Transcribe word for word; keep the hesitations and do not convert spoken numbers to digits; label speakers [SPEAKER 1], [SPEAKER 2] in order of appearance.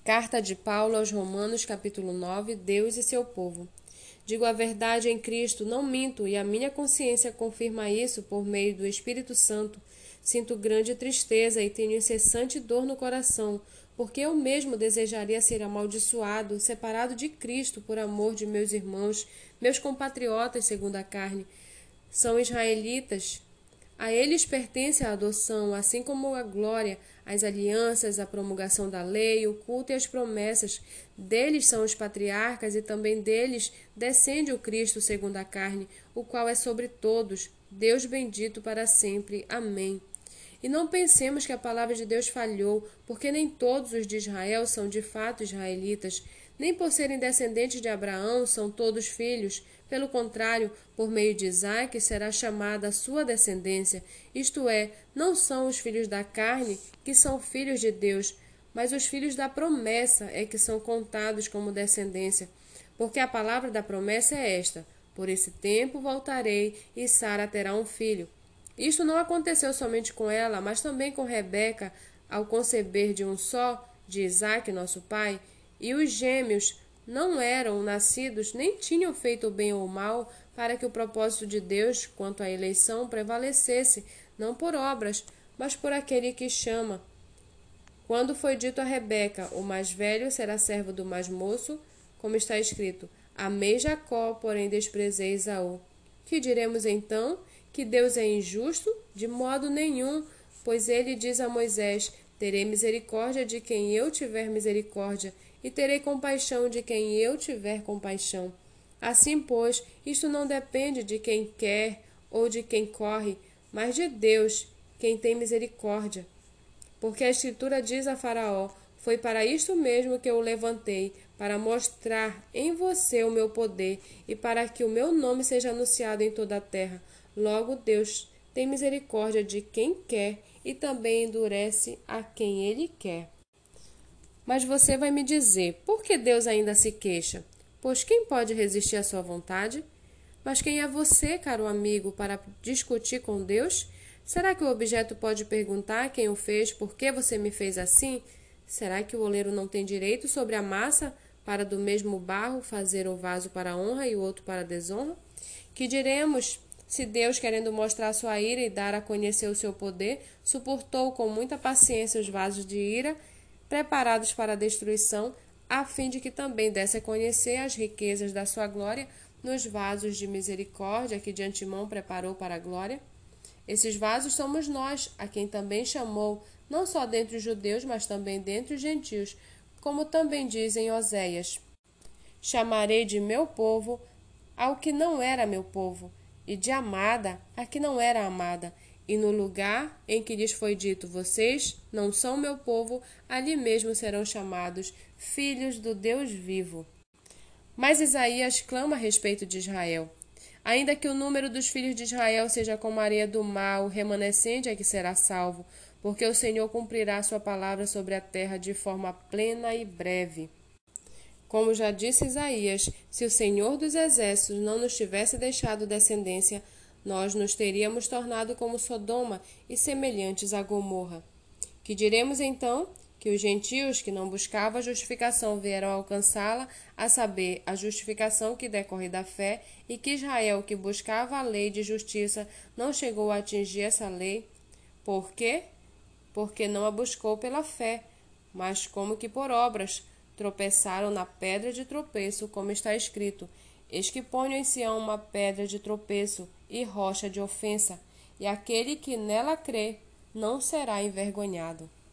[SPEAKER 1] Carta de Paulo aos Romanos, capítulo nove, Deus e seu povo. Digo a verdade em Cristo, não minto, e a minha consciência confirma isso por meio do Espírito Santo. Sinto grande tristeza e tenho incessante dor no coração, porque eu mesmo desejaria ser amaldiçoado, separado de Cristo por amor de meus irmãos, meus compatriotas segundo a carne. São israelitas. A eles pertence a adoção, assim como a glória, as alianças, a promulgação da lei, o culto e as promessas. Deles são os patriarcas e também deles descende o Cristo segundo a carne, o qual é sobre todos, Deus bendito para sempre. Amém. E não pensemos que a palavra de Deus falhou, porque nem todos os de Israel são de fato israelitas, nem por serem descendentes de Abraão são todos filhos. Pelo contrário, por meio de Isaque será chamada a sua descendência, isto é, não são os filhos da carne que são filhos de Deus, mas os filhos da promessa é que são contados como descendência. Porque a palavra da promessa é esta: por esse tempo voltarei e Sara terá um filho. Isto não aconteceu somente com ela, mas também com Rebeca, ao conceber de um só, de Isaque, nosso pai, e os gêmeos não eram nascidos, nem tinham feito o bem ou o mal, para que o propósito de Deus, quanto à eleição, prevalecesse, não por obras, mas por aquele que chama. Quando foi dito a Rebeca, o mais velho será servo do mais moço, como está escrito, amei Jacó, porém desprezei Esaú. Que diremos então? Que Deus é injusto? De modo nenhum, pois ele diz a Moisés, terei misericórdia de quem eu tiver misericórdia, e terei compaixão de quem eu tiver compaixão. Assim, pois, isto não depende de quem quer ou de quem corre, mas de Deus, quem tem misericórdia. Porque a Escritura diz a Faraó, foi para isto mesmo que eu o levantei, para mostrar em você o meu poder e para que o meu nome seja anunciado em toda a terra. Logo, Deus tem misericórdia de quem quer e também endurece a quem ele quer. Mas você vai me dizer, por que Deus ainda se queixa? Pois quem pode resistir à sua vontade? Mas quem é você, caro amigo, para discutir com Deus? Será que o objeto pode perguntar quem o fez, por que você me fez assim? Será que o oleiro não tem direito sobre a massa para do mesmo barro fazer o vaso para a honra e o outro para a desonra? Que diremos se Deus, querendo mostrar sua ira e dar a conhecer o seu poder, suportou com muita paciência os vasos de ira preparados para a destruição, a fim de que também desse a conhecer as riquezas da sua glória nos vasos de misericórdia que de antemão preparou para a glória? Esses vasos somos nós, a quem também chamou, não só dentre os judeus, mas também dentre os gentios, como também diz em Oséias: chamarei de meu povo ao que não era meu povo, e de amada a que não era amada. E no lugar em que lhes foi dito, vocês não são meu povo, ali mesmo serão chamados filhos do Deus vivo. Mas Isaías clama a respeito de Israel. Ainda que o número dos filhos de Israel seja como a areia do mar, o remanescente é que será salvo, porque o Senhor cumprirá sua palavra sobre a terra de forma plena e breve. Como já disse Isaías, se o Senhor dos Exércitos não nos tivesse deixado descendência, nós nos teríamos tornado como Sodoma e semelhantes a Gomorra. Que diremos então? Que os gentios que não buscavam a justificação vieram alcançá-la, a saber, a justificação que decorre da fé, e que Israel, que buscava a lei de justiça, não chegou a atingir essa lei. Por quê? Porque não a buscou pela fé, mas como que por obras. Tropeçaram na pedra de tropeço, como está escrito, eis que ponho em Sião uma pedra de tropeço e rocha de ofensa, e aquele que nela crê não será envergonhado.